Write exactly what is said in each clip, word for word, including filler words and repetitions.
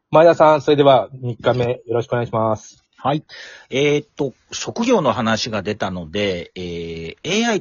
前田さん、それではみっかめよろしくお願いします。 はい。えー、っと、職業の話が出たので、えー、エーアイって、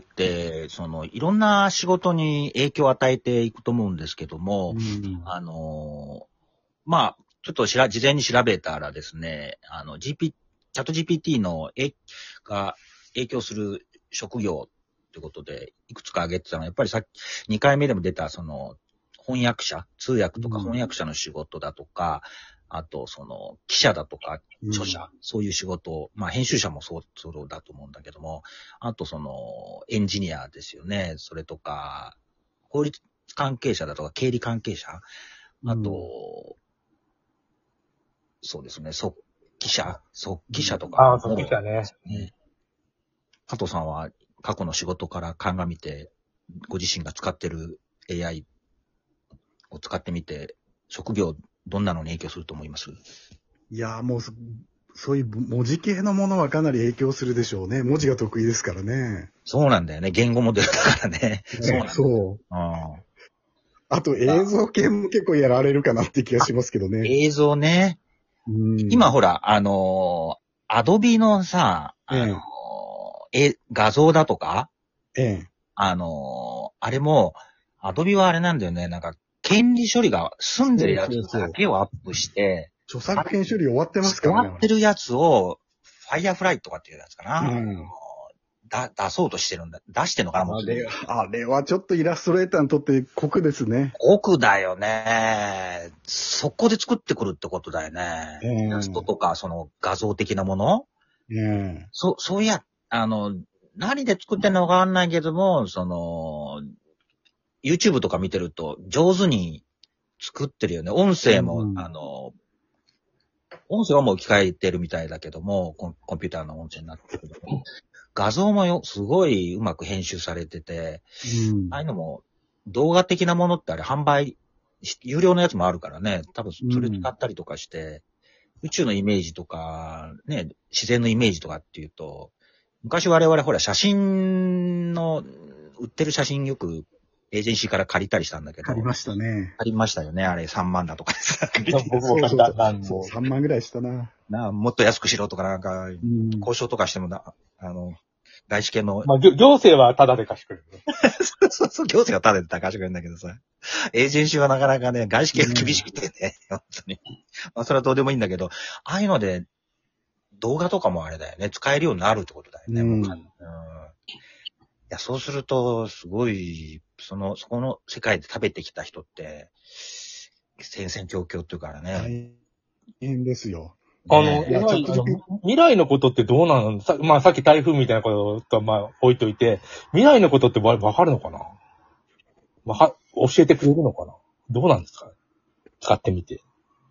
その、いろんな仕事に影響を与えていくと思うんですけども、うん、あの、まあ、ちょっとしら、事前に調べたらですね、あの、ジーピー、チャット ジーピーティー の、え、が影響する職業ってことで、いくつか挙げてたのは、やっぱりさっき、にかいめでも出た、その、翻訳者、通訳とか翻訳者の仕事だとか、うん、あと、その、記者だとか、著者、うん、そういう仕事、まあ、編集者もそう、そうだと思うんだけども、あと、その、エンジニアですよね。それとか、法律関係者だとか、経理関係者、あと、うん、そうですね、速記者、速記者とか、 うん。ああ、速記者ね。 ね。加藤さんは過去の仕事から鑑みて、ご自身が使ってる エーアイ を使ってみて、職業どんなのに影響すると思います？ いやーもうそ、そういう文字系のものはかなり影響するでしょうね。文字が得意ですからね。 そうなんだよね。言語モデルだからね。 ねそうなんだ。そう。 あ, あと映像系も結構やられるかなって気がしますけどね。 映像ね。うん、今ほら、あのー、アドビのさ、あのーええ、画像だとか、ええ、あのー、あれも、アドビはあれなんだよね。なんか、権利処理が済んでるやつだけをアップして、 著作権処理終わってますからね。 終わってるやつを、ファイアフライとかっていうやつかな。うん、だ出そうとしてるんだ。出してんのかな、もう。 あれ、あれはちょっとイラストレーターにとって酷ですね。 酷だよね。そこで作ってくるってことだよね。うん、イラストとか、その画像的なもの。うん、そ、そういや、あの、何で作ってんのかわかんないけども、その、YouTube とか見てると上手に作ってるよね。音声も、うん、あの、音声はもう置き換えてるみたいだけども、コン、コンピューターの音声になってるけども、画像もよ、すごいうまく編集されてて、うん、ああいうのも動画的なものってあれ販売、有料のやつもあるからね、多分それ使ったりとかして、うん、宇宙のイメージとか、ね、自然のイメージとかっていうと、昔我々ほら写真の、売ってる写真よくエージェンシーから借りたりしたんだけど。 借りましたね。 借りましたよね。あれさんまんだとかでさ。 僕も借りた。そう、さんまんぐらいしたな。 なあ、もっと安くしろとかなんか、交渉とかしてもな、あの、外資系の。 まあ、行政はタダで貸してくれる。 そうそうそう、行政はタダで貸してくれるんだけどさ。エージェンシーはなかなかね、外資系が厳しくてね、本当に。まあ、それはどうでもいいんだけど、ああいうので、動画とかもあれだよね。使えるようになるってことだよね。うん。うん、いや、そうすると、すごい、その、そこの世界で食べてきた人って、戦々恐々っていうからね。 大変ですよ。 あの、ね、未来のことってどうなの？さ、まあさっき台風みたいなこととまあ置いといて、未来のことってわかるのかな？まあ、教えてくれるのかな？どうなんですか？使ってみて。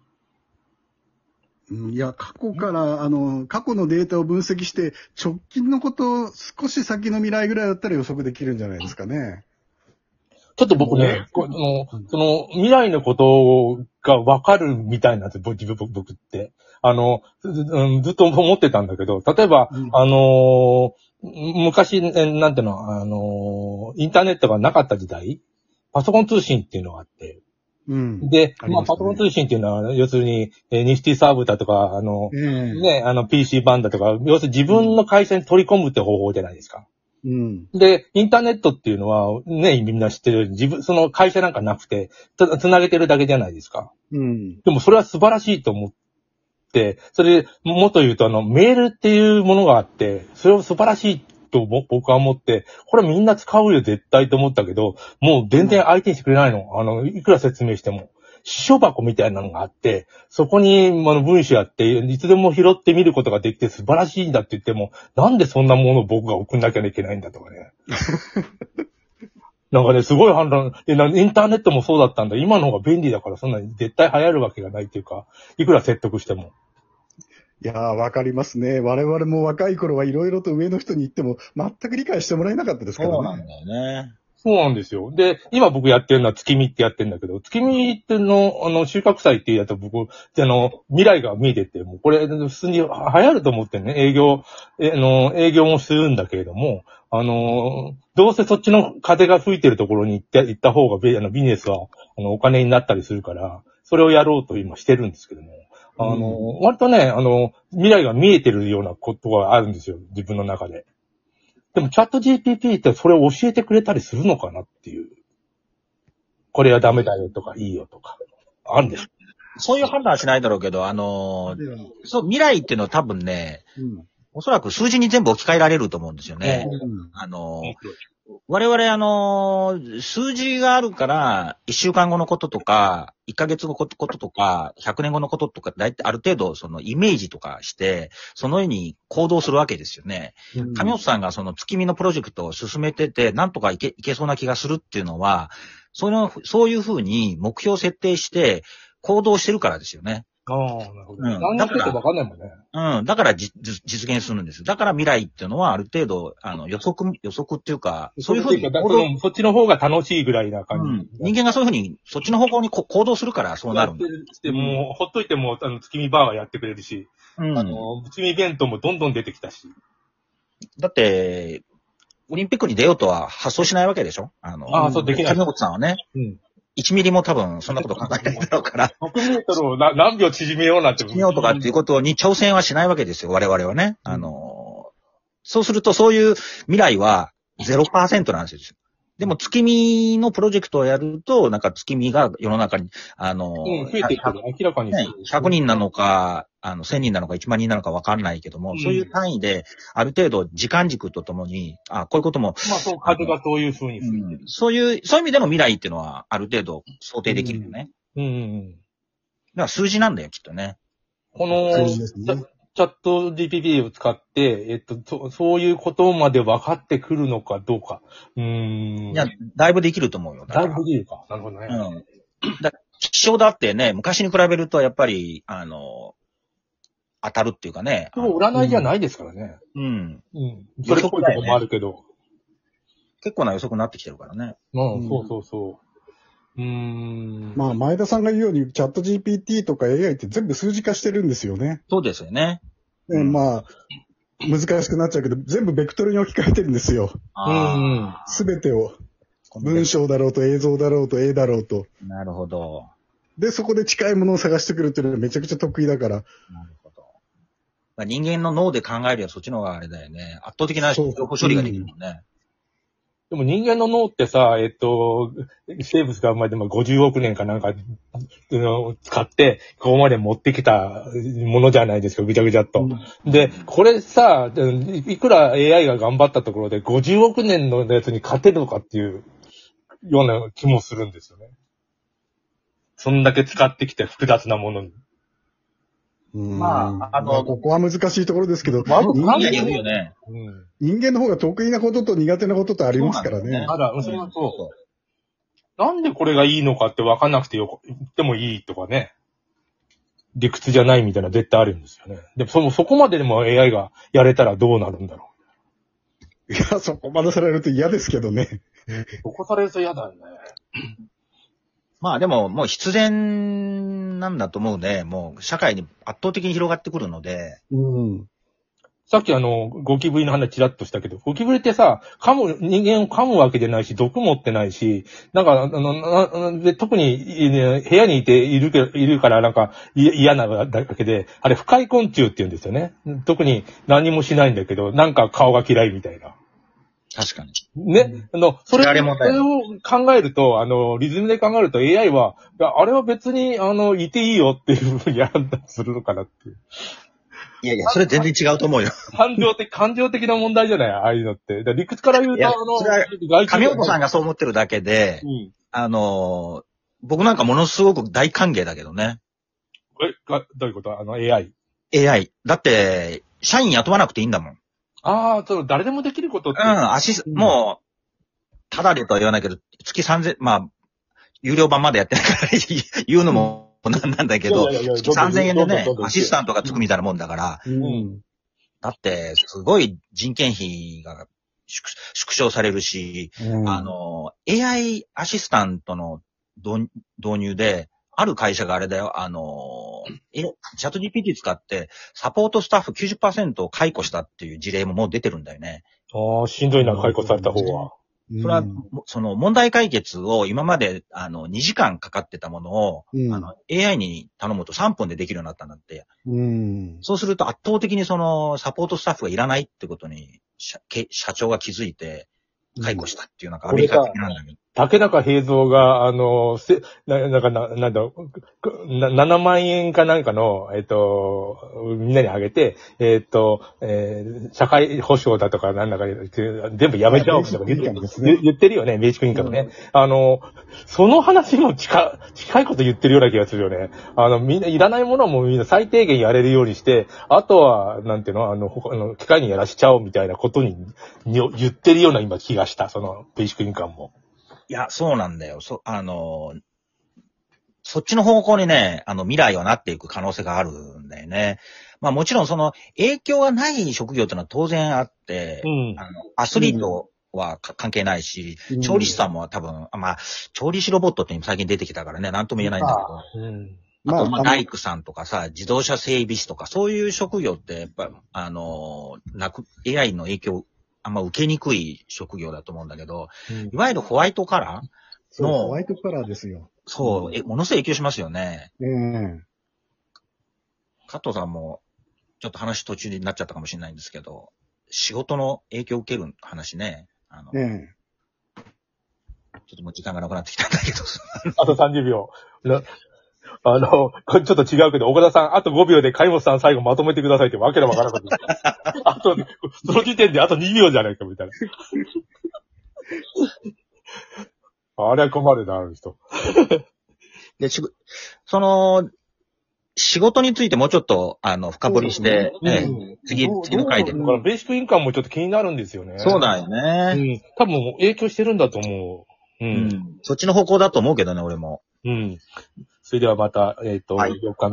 いや、過去から、あの、過去のデータを分析して、直近のことを少し先の未来ぐらいだったら予測できるんじゃないですかね。 ちょっと僕ね、この、その、未来のことがわかるみたいなんですよ、僕、僕って。あの、ずっと思ってたんだけど、例えば、うん、あの、昔、なんていうの、あの、インターネットがなかった時代、パソコン通信っていうのがあって、うん、で、まあ、ね、パソコン通信っていうのは、要するに、えー、ニフティサーブだとか、あの、うん、ね、あの、ピーシー 版だとか、要するに自分の会社に取り込むって方法じゃないですか。うん、で、インターネットっていうのは、ね、みんな知ってるように、自分、その会社なんかなくて、つ、つなげてるだけじゃないですか。うん。でもそれは素晴らしいと思って、それで、もっと言うと、あの、メールっていうものがあって、それを素晴らしいと僕は思って、これみんな使うよ絶対と思ったけど、もう全然相手にしてくれないの。あの、いくら説明しても。私書箱みたいなのがあって、そこに、あの、文章あって、いつでも拾ってみることができて素晴らしいんだって言っても、なんでそんなものを僕が送んなきゃいけないんだとかね。なんかね、すごい判断、インターネットもそうだったんだ。今の方が便利だからそんなに絶対流行るわけがないっていうか、いくら説得しても。 いやー、わかりますね。我々も若い頃はいろいろと上の人に言っても全く理解してもらえなかったですからね。 そうなんだよね。 そうなんですよ。で、今僕やってるのは月見ってやってるんだけど、月見っての、あの、収穫祭っていうやつは僕、あの、未来が見えてて、もうこれ、普通に流行ると思ってね、営業、え、あの、営業もするんだけれども、あの、どうせそっちの風が吹いてるところに行って、行った方がビ、あの、ビジネスは、あの、お金になったりするから、 それをやろうと今してるんですけども、あの、うん、割とね、あの、未来が見えてるようなことがあるんですよ、自分の中で。でもチャット ジーピーティー ってそれを教えてくれたりするのかなっていう。これはダメだよとかいいよとか。あるんでしょ。 そういう判断はしないだろうけど、あのー、そう、未来っていうのは多分ね、うん、おそらく数字に全部置き換えられると思うんですよね。うん、あのー、我々あのー、数字があるから、一週間後のこととか、一ヶ月後のこととか、百年後のこととか、だいたいある程度そのイメージとかして、そのように行動するわけですよね。うん、上本さんがその月見のプロジェクトを進めてて、なんとかいけ、いけそうな気がするっていうのは、その、そういうふうに目標を設定して、行動してるからですよね。 ああ、なるほど。うん。何だからわかんないもんね。 うん。だからじ実現するんです。だから未来っていうのはある程度、あの、予測、予測っていうか、そういうふうに行動。そっちの方が楽しいぐらいな感じ。うん。 人間がそういうふうに、そっちの方向に行動するからそうなるんだ。 でもう、ほっといても、あの、月見バーはやってくれるし、うん。あの、月見弁当もどんどん出てきたし。 だって、オリンピックに出ようとは発想しないわけでしょ？あの、 ああ、そうできない。 上本さんはね。うん。いちミリも多分そんなこと考えないだろうから。 ひゃくメートルを何秒縮めようなんて。 縮めようとかっていうことに挑戦はしないわけですよ、我々はね。あの、そうするとそういう未来は ゼロパーセント なんですよ。でも月見のプロジェクトをやると、なんか月見が世の中に、あの、 うん、増えていくる。明らかに、 ね。ひゃくにんなのか、あの、せんにんなのかいちまんにんなのかわかんないけども、うん、そういう単位で、ある程度時間軸とともに、あ、こういうことも。 まあ、そう、数がそういう風に増えてる、 うん。そういう、そういう意味での未来っていうのは、ある程度想定できるよね。 うん。うん。 だから数字なんだよ、きっとね。 この、チャット ジーピーティー を使って、えっと、そ、そういうことまで分かってくるのかどうか。うーん。 いや、だいぶできると思うよ。 だいぶできるか。なるほどね。うん。 だ気象だってね、昔に比べるとやっぱり、あの、当たるっていうかね。 でも占いじゃないですからね。 うん。 うん。それっぽいとこもあるけど。 結構な予測になってきてるからね。 うん、そうそうそう。うーん。 まあ、前田さんが言うように、チャット ジーピーティー とか エーアイ って全部数字化してるんですよね。 そうですよね。 うん、まあ、難しくなっちゃうけど、全部ベクトルに置き換えてるんですよ。すべてを。文章だろうと映像だろうと絵だろうと。 なるほど。 で、そこで近いものを探してくるっていうのがめちゃくちゃ得意だから。なるほど。 人間の脳で考えるよりそっちの方があれだよね。圧倒的な情報処理ができるもんね。 でも人間の脳ってさ、えっと、生物が生まれてもごじゅうおくねんかなんか使って、ここまで持ってきたものじゃないですか、ぐちゃぐちゃっと。うん、で、これさ、いくら エーアイ が頑張ったところでごじゅうおくねんのやつに勝てるのかっていうような気もするんですよね。そんだけ使ってきて複雑なものに。 まあ、あの、ここは難しいところですけど、 まあ、人間言うよね。 うん。人間の方が得意なことと苦手なこととありますからね。 あら、そうそうそう。なんでこれがいいのかって分かんなくてよ、言ってもいいとかね。理屈じゃないみたいな絶対あるんですよね。でもそ、そこまででも エーアイ がやれたらどうなるんだろう。いや、そこまでされると嫌ですけどね。 そこされると嫌だよね。 まあでも、もう必然なんだと思うね。もう社会に圧倒的に広がってくるので。 うん。 さっきあの、ゴキブリの話ちらっとしたけど、ゴキブリってさ、噛む、人間を噛むわけじゃないし、毒持ってないし、なんか、あの、で特に、ね、部屋にいているけ、いるからなんか嫌なだけで、あれ不快昆虫って言うんですよね。特に何もしないんだけど、なんか顔が嫌いみたいな。 確かに。 ね。あの、それ、それを考えると、あの、リズムで考えると エーアイ は、あれは別に、あの、いていいよっていうふうに判断するのかなっていう。 いやいや、それ全然違うと思うよ。 感情的、感情的な問題じゃないああいうのって。理屈から言うと、あの、 上岡さんがそう思ってるだけで、うん、あの、僕なんかものすごく大歓迎だけどね。 え、どういうことあの エーアイ。 エーアイ。だって、社員雇わなくていいんだもん。 ああ、その、誰でもできることって。 うん、アシス、うん、もう、ただでとは言わないけど、月さんぜん、まあ、有料版までやってないから言うのもなんなんだけど、月さんぜんえんでね、アシスタントがつくみたいなもんだから、うん、だって、すごい人件費が縮小されるし、うん、あの、エーアイ アシスタントの導入で、ある会社があれだよ、あの、え、チャット ジーピーティー 使って、サポートスタッフ きゅうじゅっパーセント を解雇したっていう事例ももう出てるんだよね。 ああ、しんどいな、解雇された方は。 それは、その問題解決を今まであのにじかんかかってたものを、うん、あの エーアイ に頼むとさんぷんでできるようになったんだって。うん、そうすると圧倒的にそのサポートスタッフがいらないってことに社, 社長が気づいて解雇したっていうなんかアメリカ的なんだけど。 竹中平蔵が、あの、せ、な、なんかな、なんだ、な、ななまんえんかなんかの、えっと、みんなにあげて、えっと、えー、社会保障だとかなんだか、全部やめちゃおうとか言って、ね、言ってるよね、ベーシックインカムね。うん、あの、その話も近、近いこと言ってるような気がするよね。あの、みんないらないものはもうみんな最低限やれるようにして、あとは、なんていうの、あの、あの機械にやらしちゃおうみたいなことに、に言ってるような今気がした、その、ベーシックインカムも。 いや、そうなんだよ。そ、あの、そっちの方向にね、あの、未来はなっていく可能性があるんだよね。まあもちろんその、影響がない職業ってのは当然あって、うん、あの、アスリートは、うん、関係ないし、調理師さんも多分、まあ、調理師ロボットって最近出てきたからね、なんとも言えないんだけど、うん、あと、まあ、大工さんとかさ、自動車整備士とか、そういう職業って、やっぱ、あの、なく、エーアイ の影響、あんま受けにくい職業だと思うんだけど、うん、いわゆるホワイトカラーの、 ホワイトカラーですよ。 そう、え、ものすごい影響しますよね。 うん。 加藤さんも、ちょっと話途中になっちゃったかもしれないんですけど、仕事の影響を受ける話ね。あの、ね、ちょっともう時間がなくなってきたんだけど。 あとさんじゅうびょう。あの、これちょっと違うけど、岡田さん、あとごびょうで貝本さん最後まとめてくださいってわけのわからなかった。あと、その時点であとにびょうじゃないかみたいな。あれは困るな、ある人。 で、し、その、仕事についてもうちょっと、あの、深掘りして、うんねうん、次、次の回で。 だから、ベーシックインカムもちょっと気になるんですよね。 そうだよね。 うん。多分、影響してるんだと思う。うん。うん、 そっちの方向だと思うけどね、俺も。 うん。それではまた、えっと、はい、よっか